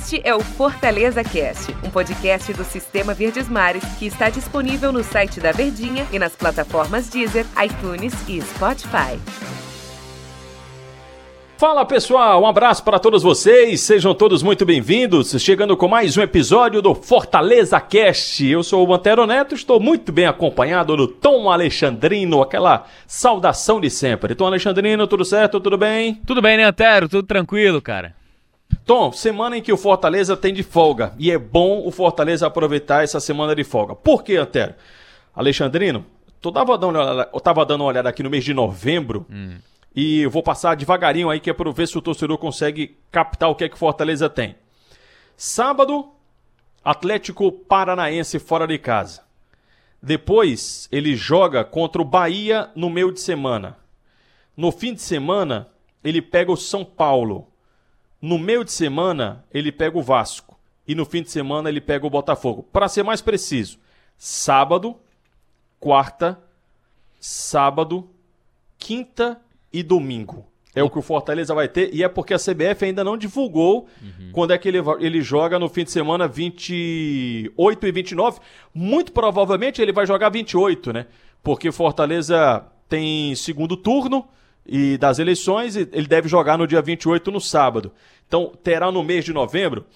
Este é o Fortaleza Cast, um podcast do Sistema Verdes Mares que está disponível no site da Verdinha e nas plataformas Deezer, iTunes e Spotify. Fala pessoal, um abraço para todos vocês, sejam todos muito bem-vindos, chegando com mais um episódio do Fortaleza Cast. Eu sou o Antero Neto, estou muito bem acompanhado do Tom Alexandrino, aquela saudação de sempre. Tom Alexandrino, tudo certo, tudo bem? Tudo bem, né, Antero? Tudo tranquilo, cara. Tom, semana em que o Fortaleza tem de folga, e é bom o Fortaleza aproveitar essa semana de folga. Por quê, Antero? Alexandrino, eu tava dando uma olhada aqui no mês de novembro, e eu vou passar devagarinho aí, que é para ver se o torcedor consegue captar o que é que o Fortaleza tem. Sábado, Atlético Paranaense fora de casa. Depois, ele joga contra o Bahia no meio de semana. No fim de semana, ele pega o São Paulo. No meio de semana, ele pega o Vasco. E no fim de semana, ele pega o Botafogo. Para ser mais preciso, sábado, quarta, sábado, quinta e domingo. É o que o Fortaleza vai ter, e é porque a CBF ainda não divulgou quando é que ele joga no fim de semana 28 e 29. Muito provavelmente ele vai jogar 28, né? Porque Fortaleza tem segundo turno e das eleições, e ele deve jogar no dia 28, no sábado. Então terá no mês de novembro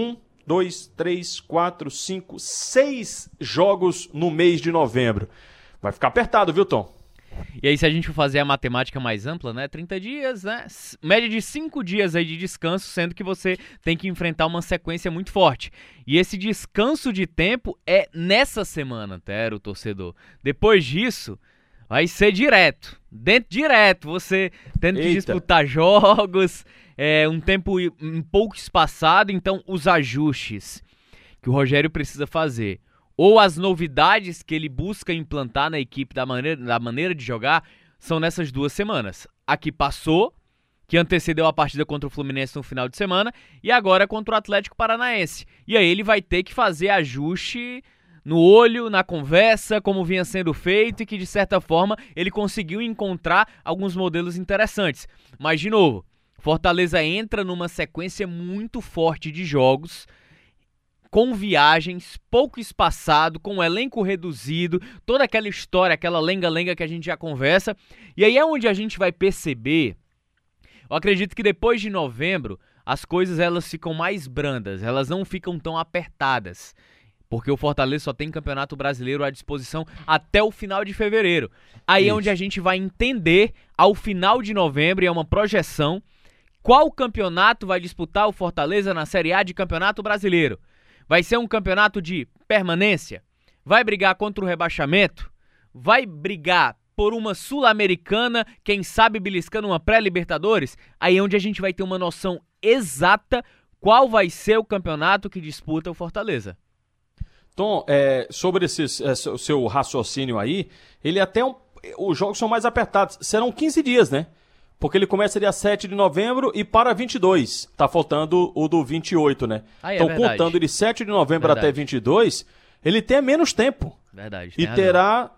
6 jogos no mês de novembro. Vai ficar apertado, viu, Tom? E aí, se a gente for fazer a matemática mais ampla, né? 30 dias, né? Média de 5 dias aí de descanso, sendo que você tem que enfrentar uma sequência muito forte. E esse descanso de tempo é nessa semana, Tero, torcedor. Depois disso, vai ser direto. Direto, você tendo que disputar jogos, um tempo um pouco espaçado. Então, os ajustes que o Rogério precisa fazer, ou as novidades que ele busca implantar na equipe da maneira de jogar, são nessas 2 semanas. A que passou, que antecedeu a partida contra o Fluminense no final de semana, e agora contra o Atlético Paranaense. E aí ele vai ter que fazer ajuste no olho, na conversa, como vinha sendo feito, e que de certa forma ele conseguiu encontrar alguns modelos interessantes. Mas, de novo, Fortaleza entra numa sequência muito forte de jogos, com viagens, pouco espaçado, com um elenco reduzido, toda aquela história, aquela lenga-lenga que a gente já conversa. E aí é onde a gente vai perceber, eu acredito que depois de novembro, as coisas elas ficam mais brandas, elas não ficam tão apertadas. Porque o Fortaleza só tem Campeonato Brasileiro à disposição até o final de fevereiro. Aí é onde a gente vai entender, ao final de novembro, e é uma projeção, qual campeonato vai disputar o Fortaleza na Série A de Campeonato Brasileiro. Vai ser um campeonato de permanência? Vai brigar contra o rebaixamento? Vai brigar por uma Sul-Americana, quem sabe beliscando uma pré-Libertadores? Aí é onde a gente vai ter uma noção exata qual vai ser o campeonato que disputa o Fortaleza. Tom, sobre o seu raciocínio aí, os jogos são mais apertados. Serão 15 dias, né? Porque ele começa dia 7 de novembro e para 22. Tá faltando o do 28, né? Então, contando de 7 de novembro até 22, ele tem menos tempo. Verdade. E terá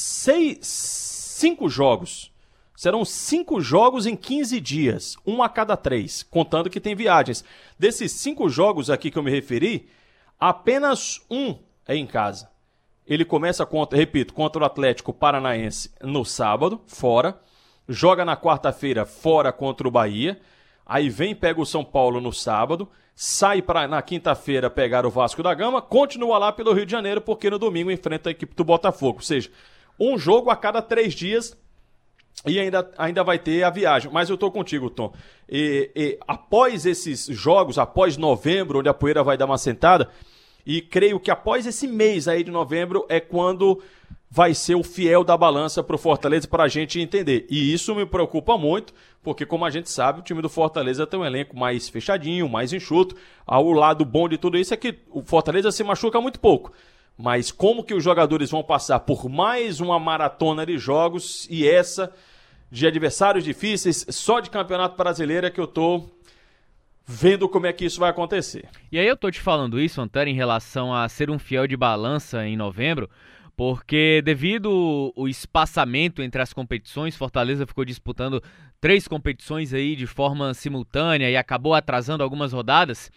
5 jogos. Serão 5 jogos em 15 dias. 1 a cada 3, contando que tem viagens. Desses 5 jogos aqui que eu me referi, apenas 1 é em casa. Ele começa contra o Atlético Paranaense no sábado, fora. Joga na quarta-feira fora contra o Bahia, aí vem e pega o São Paulo no sábado, sai na quinta-feira pegar o Vasco da Gama, continua lá pelo Rio de Janeiro, porque no domingo enfrenta a equipe do Botafogo. Ou seja, um jogo a cada 3 dias e ainda vai ter a viagem. Mas eu tô contigo, Tom. Após esses jogos, após novembro, onde a poeira vai dar uma sentada, e creio que após esse mês aí de novembro é quando vai ser o fiel da balança para o Fortaleza, para a gente entender. E isso me preocupa muito, porque como a gente sabe, o time do Fortaleza tem um elenco mais fechadinho, mais enxuto. O lado bom de tudo isso é que o Fortaleza se machuca muito pouco. Mas como que os jogadores vão passar por mais uma maratona de jogos, e essa de adversários difíceis, só de Campeonato Brasileiro, é que eu tô vendo como é que isso vai acontecer. E aí eu tô te falando isso, Antero, em relação a ser um fiel de balança em novembro, porque devido ao espaçamento entre as competições, Fortaleza ficou disputando 3 competições aí de forma simultânea e acabou atrasando algumas rodadas.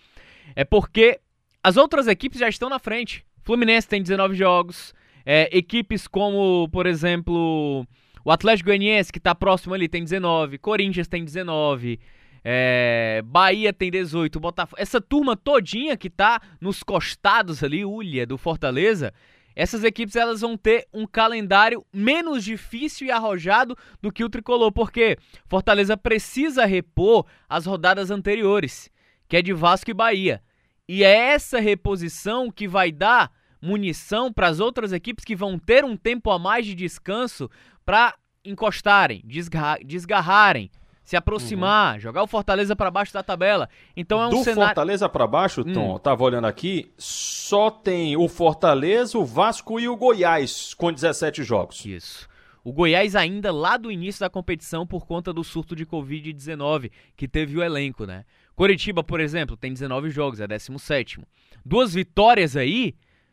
é porque as outras equipes já estão na frente. Fluminense tem 19 jogos, equipes como, por exemplo, o Atlético Goianiense, que está próximo ali, tem 19, Corinthians tem 19, Bahia tem 18, Botafogo. Essa turma todinha que tá nos costados ali, Ulha, do Fortaleza, essas equipes elas vão ter um calendário menos difícil e arrojado do que o Tricolor, porque Fortaleza precisa repor as rodadas anteriores, que é de Vasco e Bahia. E é essa reposição que vai dar munição para as outras equipes que vão ter um tempo a mais de descanso para encostarem, desgarrarem, se aproximar, jogar o Fortaleza para baixo da tabela. Então é um cenário... Do Fortaleza para baixo, Tom, tava olhando aqui, só tem o Fortaleza, o Vasco e o Goiás com 17 jogos. Isso. O Goiás ainda lá do início da competição por conta do surto de Covid-19 que teve o elenco, né? Coritiba, por exemplo, tem 19 jogos, é 17º. 2 vitórias aí,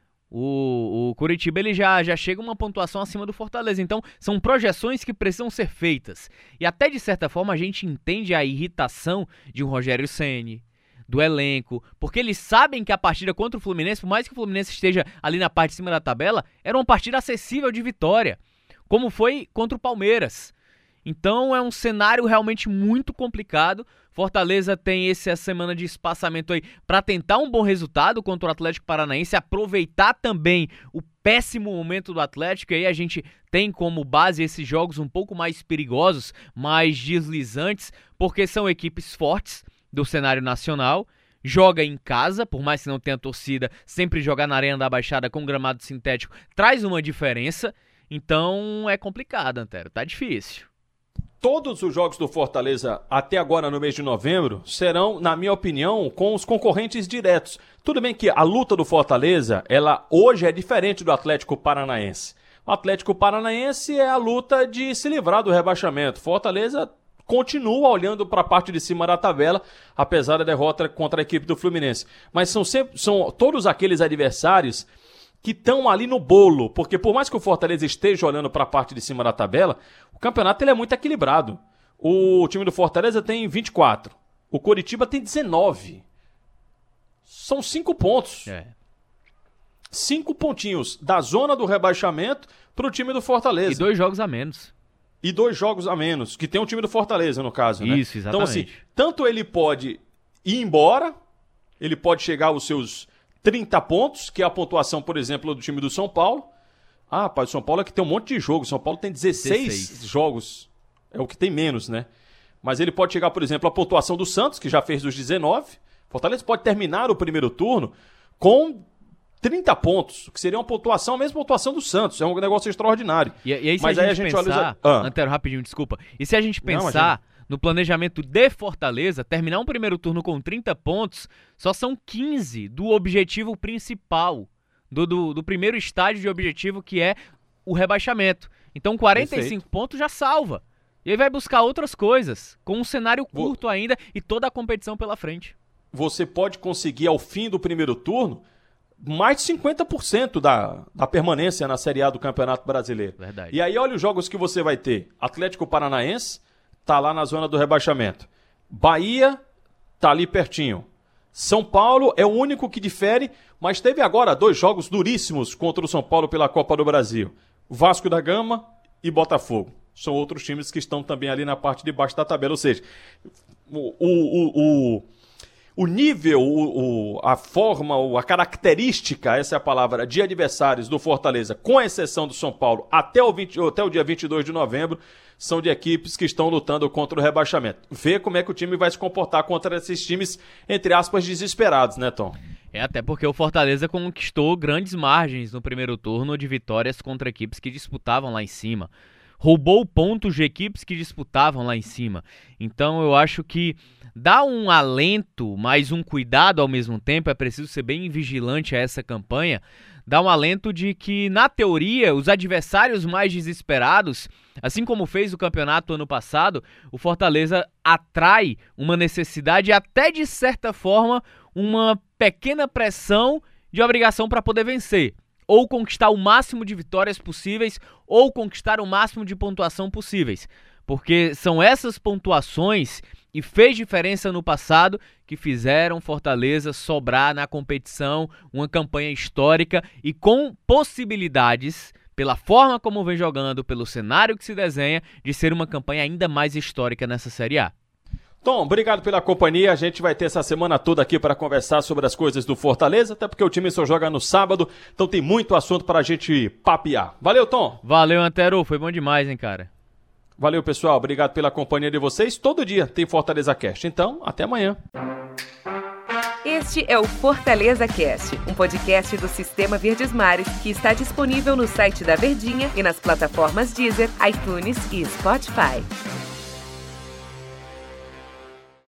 o Coritiba ele já chega uma pontuação acima do Fortaleza. Então, são projeções que precisam ser feitas. E até, de certa forma, a gente entende a irritação de um Rogério Ceni, do elenco, porque eles sabem que a partida contra o Fluminense, por mais que o Fluminense esteja ali na parte de cima da tabela, era uma partida acessível de vitória, como foi contra o Palmeiras. Então é um cenário realmente muito complicado. Fortaleza tem essa semana de espaçamento aí para tentar um bom resultado contra o Atlético Paranaense, aproveitar também o péssimo momento do Atlético, e aí a gente tem como base esses jogos um pouco mais perigosos, mais deslizantes, porque são equipes fortes do cenário nacional, joga em casa, por mais que não tenha torcida, sempre jogar na Arena da Baixada com gramado sintético traz uma diferença, então é complicado, Antero, tá difícil. Todos os jogos do Fortaleza até agora no mês de novembro serão, na minha opinião, com os concorrentes diretos. Tudo bem que a luta do Fortaleza, ela hoje é diferente do Atlético Paranaense. O Atlético Paranaense é a luta de se livrar do rebaixamento. Fortaleza continua olhando para a parte de cima da tabela, apesar da derrota contra a equipe do Fluminense. Mas são todos aqueles adversários que estão ali no bolo, porque por mais que o Fortaleza esteja olhando para a parte de cima da tabela, o campeonato ele é muito equilibrado. O time do Fortaleza tem 24, o Coritiba tem 19. São 5 pontos. 5 pontinhos da zona do rebaixamento para o time do Fortaleza. E 2 jogos a menos. E 2 jogos a menos, que tem o time do Fortaleza, no caso, né? Isso, exatamente. Então, assim, tanto ele pode ir embora, ele pode chegar aos seus 30 pontos, que é a pontuação, por exemplo, do time do São Paulo. Ah, pai, o São Paulo é que tem um monte de jogos. O São Paulo tem 16 jogos. É o que tem menos, né? Mas ele pode chegar, por exemplo, à pontuação do Santos, que já fez os 19. Fortaleza pode terminar o primeiro turno com 30 pontos, que seria uma pontuação, a mesma pontuação do Santos. É um negócio extraordinário. E aí, se mas a gente pensar... Antero, rapidinho, desculpa. E se a gente pensar... no planejamento de Fortaleza, terminar um primeiro turno com 30 pontos, só são 15 do objetivo principal, do primeiro estágio de objetivo, que é o rebaixamento. Então 45 Perfeito. pontos já salva. E aí vai buscar outras coisas, com um cenário curto ainda e toda a competição pela frente. Você pode conseguir, ao fim do primeiro turno, mais de 50% da permanência na Série A do Campeonato Brasileiro. Verdade. E aí olha os jogos que você vai ter. Atlético Paranaense tá lá na zona do rebaixamento. Bahia tá ali pertinho. São Paulo é o único que difere, mas teve agora 2 jogos duríssimos contra o São Paulo pela Copa do Brasil. Vasco da Gama e Botafogo. São outros times que estão também ali na parte de baixo da tabela. Ou seja, o nível, a forma, a característica, essa é a palavra, de adversários do Fortaleza, com exceção do São Paulo, até o dia 22 de novembro, são de equipes que estão lutando contra o rebaixamento. Vê como é que o time vai se comportar contra esses times, entre aspas, desesperados, né, Tom? Até porque o Fortaleza conquistou grandes margens no primeiro turno de vitórias contra equipes que disputavam lá em cima. Roubou pontos de equipes que disputavam lá em cima. Então eu acho que dá um alento, mas um cuidado ao mesmo tempo, é preciso ser bem vigilante a essa campanha, dá um alento de que, na teoria, os adversários mais desesperados, assim como fez o campeonato ano passado, o Fortaleza atrai uma necessidade, até de certa forma, uma pequena pressão de obrigação para poder vencer. Ou conquistar o máximo de vitórias possíveis, ou conquistar o máximo de pontuação possíveis. Porque são essas pontuações e fez diferença no passado, que fizeram Fortaleza sobrar na competição, uma campanha histórica e com possibilidades, pela forma como vem jogando, pelo cenário que se desenha, de ser uma campanha ainda mais histórica nessa Série A. Tom, obrigado pela companhia. A gente vai ter essa semana toda aqui para conversar sobre as coisas do Fortaleza, até porque o time só joga no sábado, então tem muito assunto para a gente papear. Valeu, Tom. Valeu, Antero. Foi bom demais, hein, cara. Valeu, pessoal. Obrigado pela companhia de vocês. Todo dia tem Fortaleza Cast. Então, até amanhã. Este é o Fortaleza Cast, um podcast do Sistema Verdes Mares que está disponível no site da Verdinha e nas plataformas Deezer, iTunes e Spotify.